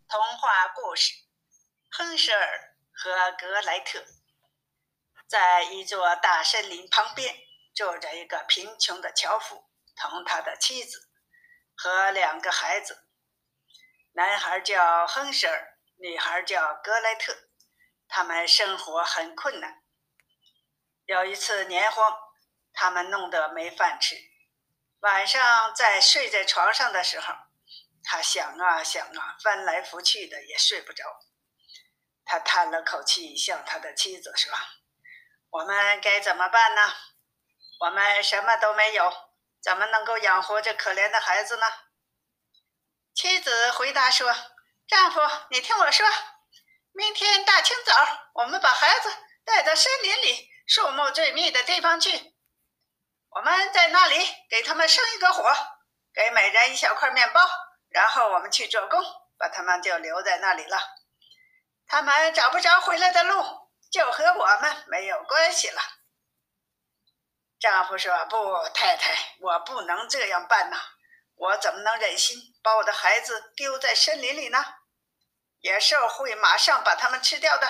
童话故事：亨舍尔和格莱特。在一座大森林旁边，住着一个贫穷的樵夫，同他的妻子和2个孩子。男孩叫亨舍尔，女孩叫格莱特。他们生活很困难。有一次年荒，他们弄得没饭吃。晚上睡在床上的时候，他想啊想啊，翻来覆去的也睡不着。他叹了口气，向他的妻子说：“我们该怎么办呢？我们什么都没有，怎么能够养活这可怜的孩子呢？”妻子回答说：“丈夫，你听我说，明天大清早，我们把孩子带到森林里树木最密的地方去。我们在那里给他们生一个火，给每人1小块面包，然后我们去做工，把他们就留在那里了。他们找不着回来的路，就和我们没有关系了。”丈夫说：“不，太太，我不能这样办呐！我怎么能忍心把我的孩子丢在森林里呢？野兽会马上把他们吃掉的。”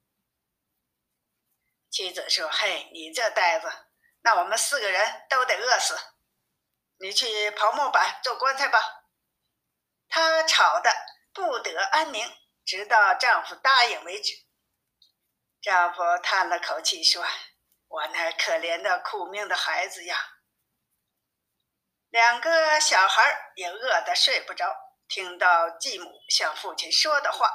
妻子说：“嘿，你这呆子，那我们4个人都得饿死。你去刨木板做棺材吧。”她吵得不得安宁，直到丈夫答应为止。丈夫叹了口气说：“我那可怜的苦命的孩子呀！”2个小孩也饿得睡不着，听到继母向父亲说的话，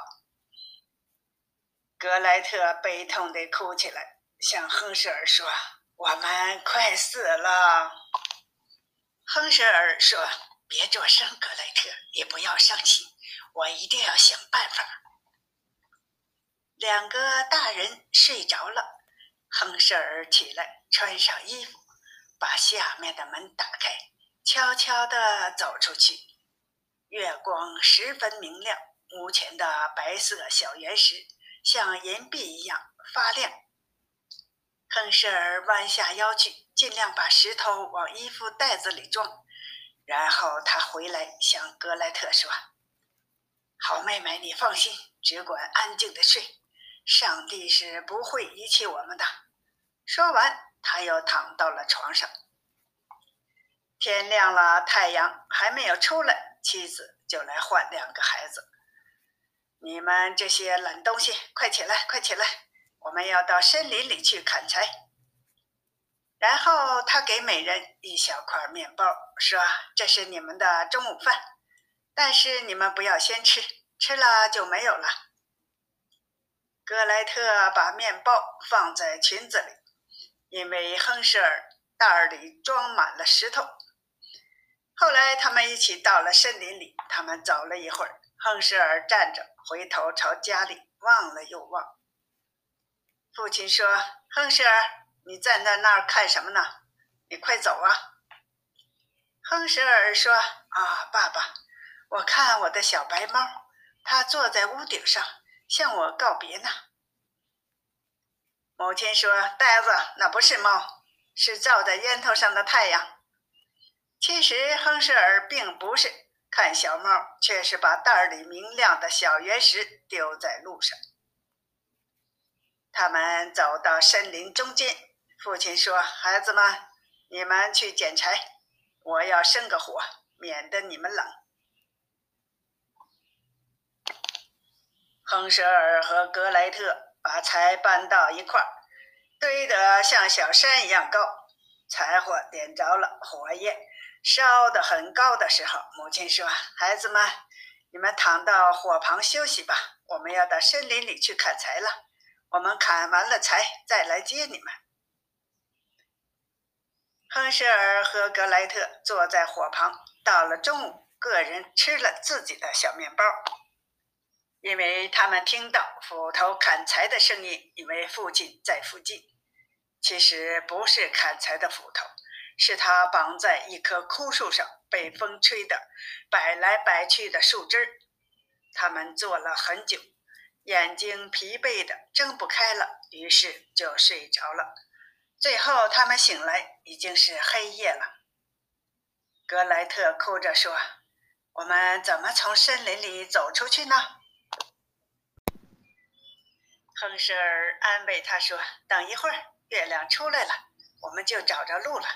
格莱特悲痛地哭起来，向亨舍尔说：“我们快死了。”亨舍尔说：“别作声，格莱特，也不要伤心，我一定要想办法。”2个大人睡着了，亨舍尔起来，穿上衣服，把下面的门打开，悄悄地走出去。月光十分明亮，屋前的白色小圆石像银币一样发亮。亨舍尔弯下腰去，尽量把石头往衣服袋子里装，然后他回来向格莱特说：“好妹妹，你放心，只管安静地睡，上帝是不会遗弃我们的。”说完，他又躺到了床上。天亮了，太阳还没有出来，妻子就来唤2个孩子：“你们这些懒东西，快起来，快起来，我们要到森林里去砍柴。”然后他给每人1小块面包，说：“这是你们的中午饭，但是你们不要先吃，吃了就没有了。”格莱特把面包放在裙子里，因为亨舍尔袋里装满了石头。后来他们一起到了森林里，他们走了一会儿，亨舍尔站着，回头朝家里望了又望。父亲说：“亨舍尔，你站在那儿看什么呢？你快走啊！”亨舍尔说：“啊，爸爸，我看我的小白猫，它坐在屋顶上，向我告别呢。”母亲说：“呆子，那不是猫，是照在烟头上的太阳。”其实亨舍尔并不是看小猫，却是把袋里明亮的小圆石丢在路上。他们走到森林中间，父亲说：“孩子们，你们去捡柴，我要生个火，免得你们冷。”亨舍尔和格莱特把柴搬到一块儿，堆得像小山一样高。柴火点着了，火焰烧得很高的时候，母亲说：“孩子们，你们躺到火旁休息吧，我们要到森林里去砍柴了。我们砍完了柴再来接你们。”亨舍尔和格莱特坐在火旁，到了中午，个人吃了自己的小面包。因为他们听到斧头砍柴的声音，以为父亲在附近。其实不是砍柴的斧头，是他绑在一棵枯树上，被风吹得摆来摆去的树枝。他们坐了很久，眼睛疲惫的睁不开了，于是就睡着了。最后他们醒来，已经是黑夜了。格莱特哭着说：“我们怎么从森林里走出去呢？ 亨舍尔安慰他说：“等一会儿，月亮出来了，我们就找着路了。”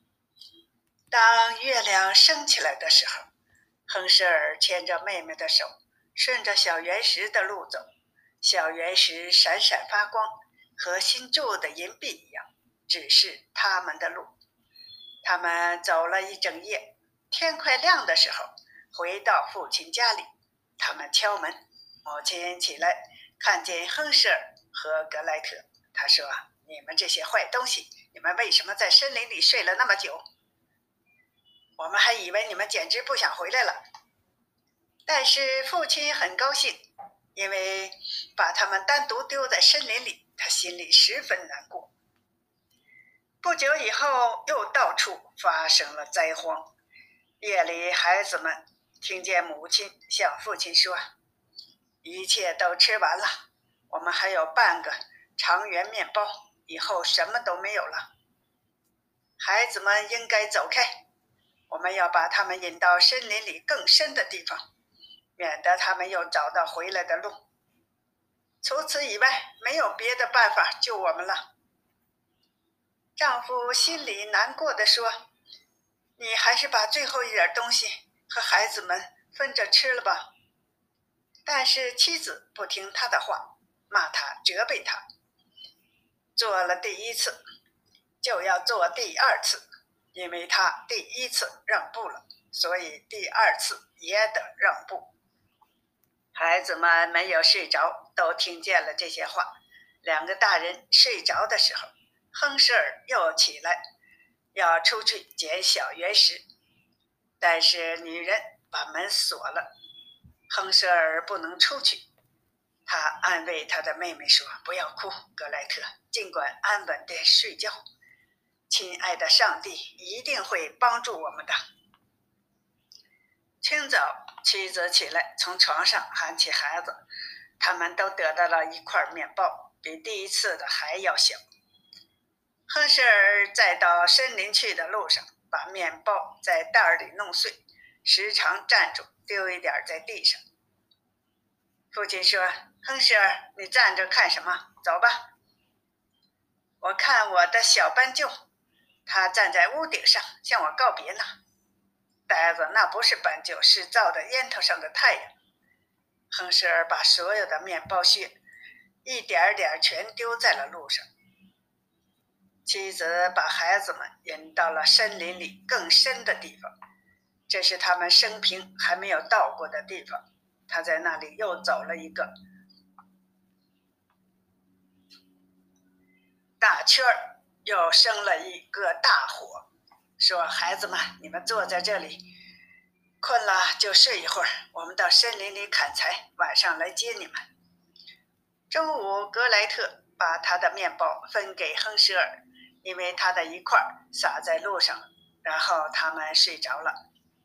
当月亮升起来的时候，亨舍尔牵着妹妹的手，顺着小圆石的路走。小圆石闪闪发光，和新铸的银币一样，指示他们的路。他们走了一整夜，天快亮的时候，回到父亲家里。他们敲门，母亲起来，看见亨舍尔和格莱特。他说：“你们这些坏东西，你们为什么在森林里睡了那么久？我们还以为你们简直不想回来了。”但是父亲很高兴，因为把他们单独丢在森林里，他心里十分难过。不久以后，又到处发生了灾荒。夜里，孩子们听见母亲向父亲说：“一切都吃完了，我们还有半个长圆面包，以后什么都没有了。孩子们应该走开，我们要把他们引到森林里更深的地方，免得他们又找到回来的路。除此以外，没有别的办法救我们了。”丈夫心里难过地说：“你还是把最后一点东西和孩子们分着吃了吧。”但是妻子不听他的话，骂他，责备他。做了第一次，就要做第二次，因为他第一次让步了，所以第二次也得让步。孩子们没有睡着，都听见了这些话。两个大人睡着的时候，亨舍尔又起来，要出去捡小圆石，但是女人把门锁了，亨舍尔不能出去。他安慰他的妹妹说：“不要哭，格莱特，尽管安稳地睡觉，亲爱的上帝一定会帮助我们的。”清早，妻子起来，从床上喊起孩子，他们都得到了一块面包，比第一次的还要小。亨舍尔在到森林去的路上，把面包在袋里弄碎，时常站住，丢一点在地上。父亲说：“亨舍尔，你站着看什么？走吧。”我看我的小斑鸠，他站在屋顶上向我告别呢。呆子，那不是斑鸠，是照在烟头上的太阳。亨舍尔把所有的面包屑一点点全丢在了路上。妻子把孩子们引到了森林里更深的地方，这是他们生平还没有到过的地方。他在那里又走了一个大圈儿，又生了一个大火，说：“孩子们，你们坐在这里，困了就睡一会儿，我们到森林里砍柴，晚上来接你们。”中午，格莱特把他的面包分给亨舍尔，因为他的一块洒在路上了，然后他们睡着了。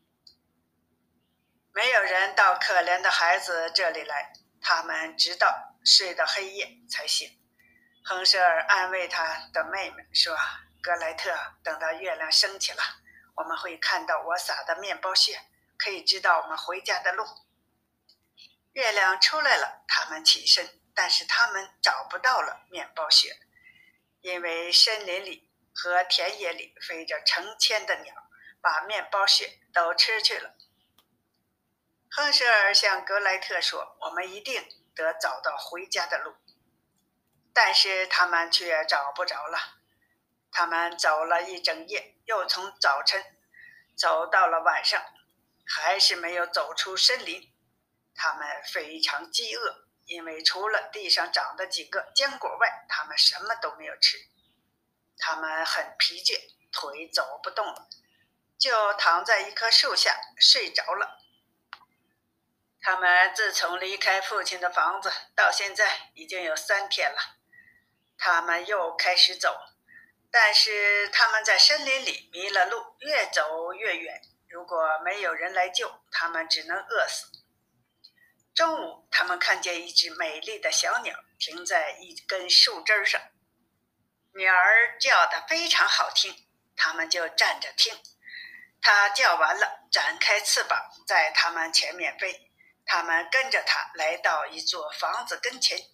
没有人到可怜的孩子这里来，他们直到睡到黑夜才醒。亨舍尔安慰他的妹妹说：“格莱特，等到月亮升起了，我们会看到我撒的面包屑，可以知道我们回家的路。”月亮出来了，他们起身，但是他们找不到了面包屑，因为森林里和田野里飞着成千的鸟，把面包屑都吃去了。亨舍尔向格莱特说：“我们一定得找到回家的路。”但是他们却找不着了。他们走了一整夜，又从早晨走到了晚上，还是没有走出森林。他们非常饥饿，因为除了地上长的几个浆果外，他们什么都没有吃。他们很疲倦，腿走不动了，就躺在一棵树下睡着了。他们自从离开父亲的房子到现在已经有3天了。他们又开始走，但是他们在森林里迷了路，越走越远。如果没有人来救，他们只能饿死。中午，他们看见一只美丽的小鸟停在一根树枝上，鸟儿叫得非常好听，他们就站着听。它叫完了，展开翅膀在他们前面飞。他们跟着它来到一座房子跟前，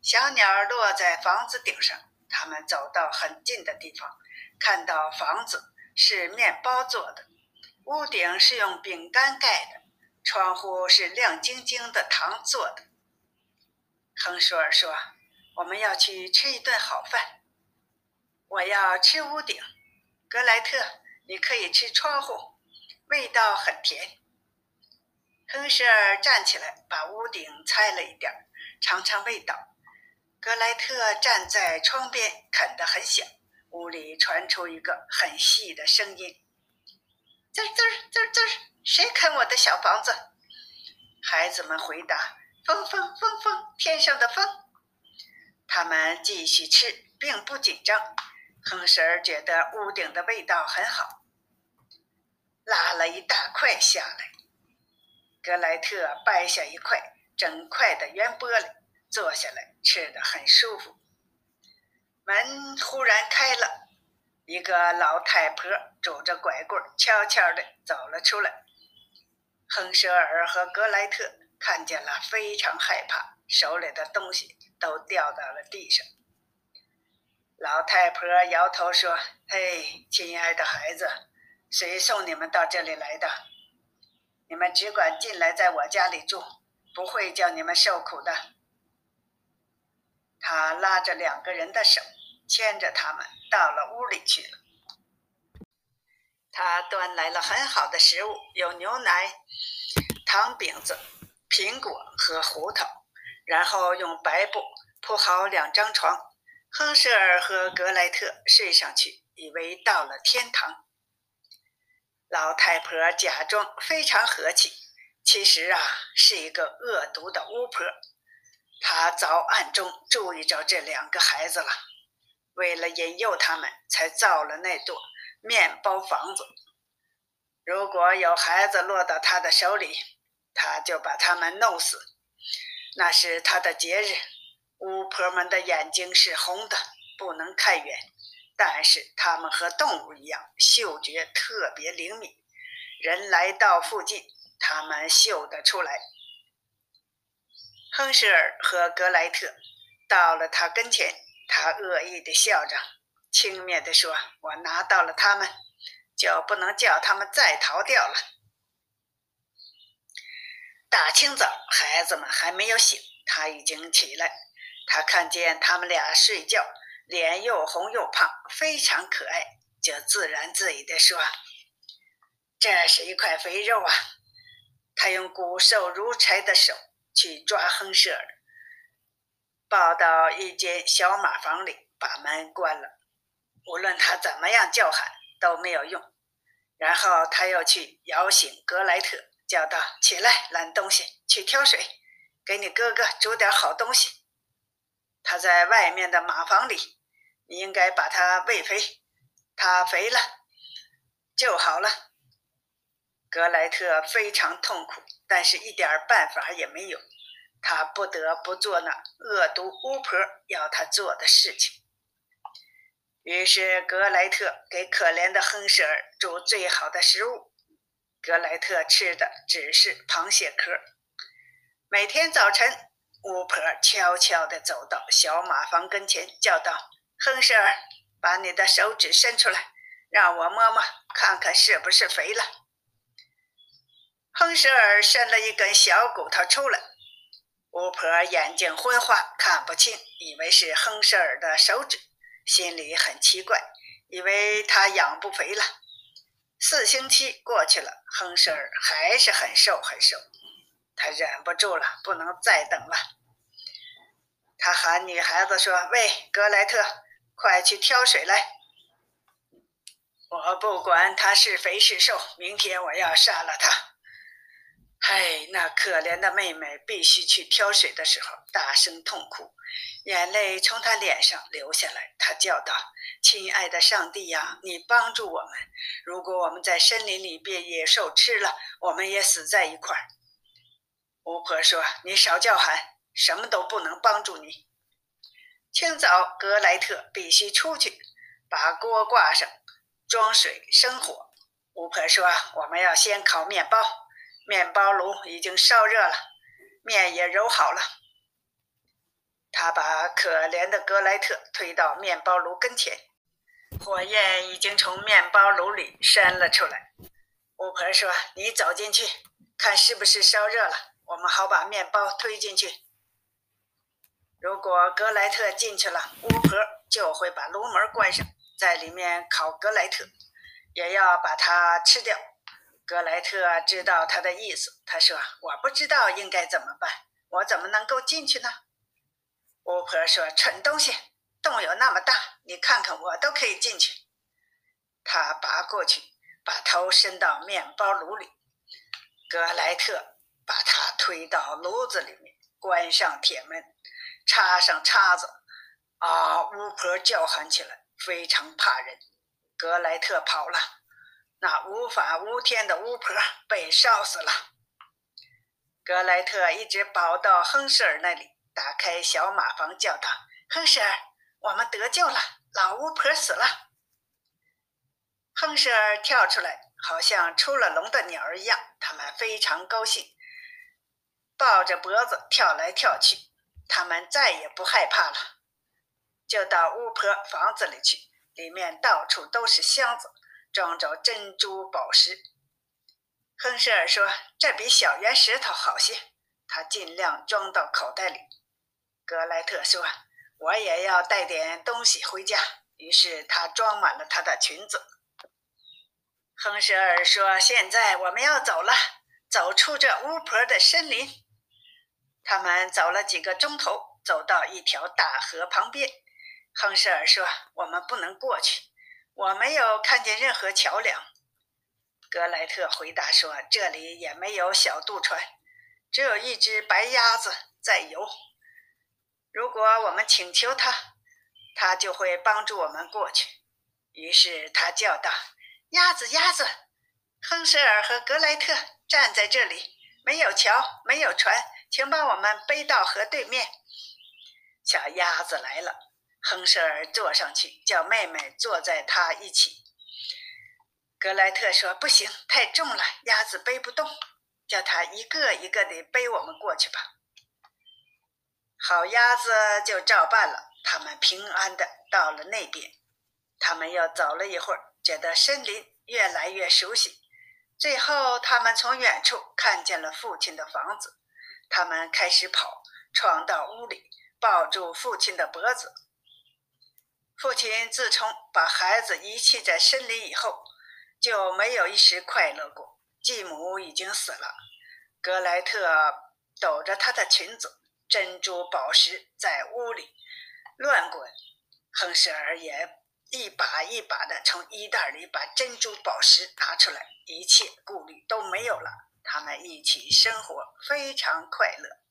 小鸟落在房子顶上，他们走到很近的地方，看到房子是面包做的，屋顶是用饼干盖的，窗户是亮晶晶的糖做的。亨舍尔说：“我们要去吃一顿好饭。”我要吃屋顶。格莱特，你可以吃窗户，味道很甜。亨舍尔站起来，把屋顶拆了一点，尝尝味道。格莱特站在窗边，啃得很响，屋里传出一个很细的声音：滋儿滋儿滋儿滋儿，谁啃我的小房子？孩子们回答：风风风风，天上的风。他们继续吃，并不紧张。亨舍尔觉得屋顶的味道很好，拉了一大块下来。格莱特掰下一块整块的圆玻璃，坐下来吃得很舒服。门忽然开了，一个老太婆拄着拐棍悄悄地走了出来。亨舍尔和格莱特看见了，非常害怕，手里的东西都掉到了地上。老太婆摇头说：“嘿，亲爱的孩子，谁送你们到这里来的？你们只管进来，在我家里住，不会叫你们受苦的。”她拉着2个人的手，牵着他们到了屋里去了。她端来了很好的食物，有牛奶、糖饼子、苹果和胡桃，然后用白布铺好2张床。亨舍尔和格莱特睡上去，以为到了天堂。老太婆假装非常和气，其实是一个恶毒的巫婆。她早暗中注意着这2个孩子了，为了引诱他们，才造了那座面包房子。如果有孩子落到她的手里，她就把他们弄死。那是她的节日。巫婆们的眼睛是红的，不能看远，但是它们和动物一样，嗅觉特别灵敏。人来到附近，它们嗅得出来。亨舍尔和格莱特到了他跟前，他恶意地笑着，轻蔑地说：“我拿到了他们，就不能叫他们再逃掉了。”大清早，孩子们还没有醒，他已经起来。他看见他们俩睡觉，脸又红又胖，非常可爱，就自言自语地说：“这是一块肥肉啊！”他用骨瘦如柴的手去抓亨舍尔，抱到一间小马房里，把门关了。无论他怎么样叫喊都没有用。然后他又去摇醒格莱特，叫道：“起来，懒东西，去挑水，给你哥哥煮点好东西。他在外面的马房里，你应该把他喂肥，他肥了就好了。”格莱特非常痛苦，但是一点办法也没有，他不得不做那恶毒巫婆要他做的事情。于是格莱特给可怜的亨舍尔煮最好的食物。格莱特吃的只是螃蟹壳。每天早晨，巫婆悄悄地走到小马房跟前，叫道：“亨舍尔，把你的手指伸出来，让我摸摸，看看是不是肥了。”亨舍尔伸了一根小骨头出来。巫婆眼睛昏花，看不清，以为是亨舍尔的手指，心里很奇怪，以为他养不肥了。4星期过去了，亨舍尔还是很瘦很瘦。他忍不住了，不能再等了。他喊女孩子说：“喂，格莱特，快去挑水来！我不管他是肥是瘦，明天我要杀了他。”那可怜的妹妹必须去挑水的时候，大声痛哭，眼泪从她脸上流下来。她叫道：“亲爱的上帝呀，你帮助我们！如果我们在森林里被野兽吃了，我们也死在一块儿。”巫婆说：“你少叫喊，什么都不能帮助你。”清早，格莱特必须出去，把锅挂上，装水生火。巫婆说：“我们要先烤面包。面包炉已经烧热了，面也揉好了。” 他把可怜的格莱特推到面包炉跟前，火焰已经从面包炉里伸了出来。巫婆说：“你走进去，看是不是烧热了，我们好把面包推进去。”如果格莱特进去了，巫婆就会把炉门关上，在里面烤格莱特，也要把它吃掉。格莱特知道他的意思，他说：“我不知道应该怎么办，我怎么能够进去呢？”巫婆说：“蠢东西，洞有那么大，你看看我都可以进去。”他拔过去，把头伸到面包炉里。格莱特把他推到炉子里面，关上铁门，插上叉子。巫婆叫喊起来，非常怕人。格莱特跑了，那无法无天的巫婆被烧死了。格莱特一直跑到亨舍尔那里，打开小马房，叫他：“亨舍尔，我们得救了，老巫婆死了。”亨舍尔跳出来，好像出了笼的鸟儿一样，他们非常高兴，抱着脖子跳来跳去。他们再也不害怕了，就到巫婆房子里去，里面到处都是箱子，装着珍珠宝石。亨舍尔说：“这比小圆石头好些。”他尽量装到口袋里。格莱特说：“我也要带点东西回家。”于是他装满了他的裙子。亨舍尔说：“现在我们要走了，走出这巫婆的森林。”他们走了几个钟头，走到一条大河旁边。亨舍尔说：“我们不能过去，我没有看见任何桥梁。”格莱特回答说：“这里也没有小渡船，只有一只白鸭子在游。如果我们请求它，它就会帮助我们过去。”于是他叫道：“鸭子，鸭子！亨舍尔和格莱特站在这里，没有桥，没有船，请把我们背到河对面。”小鸭子来了，亨舍尔坐上去，叫妹妹坐在他一起。格莱特说：“不行，太重了，鸭子背不动，叫他一个一个地背我们过去吧。”好鸭子就照办了，他们平安地到了那边。他们又走了一会儿，觉得森林越来越熟悉。最后他们从远处看见了父亲的房子，他们开始跑，闯到屋里，抱住父亲的脖子。父亲自从把孩子遗弃在森林以后，就没有一时快乐过。继母已经死了，格莱特抖着她的裙子，珍珠宝石在屋里乱滚。亨舍尔也一把一把地从衣袋里把珍珠宝石拿出来，一切顾虑都没有了。他们一起生活，非常快乐。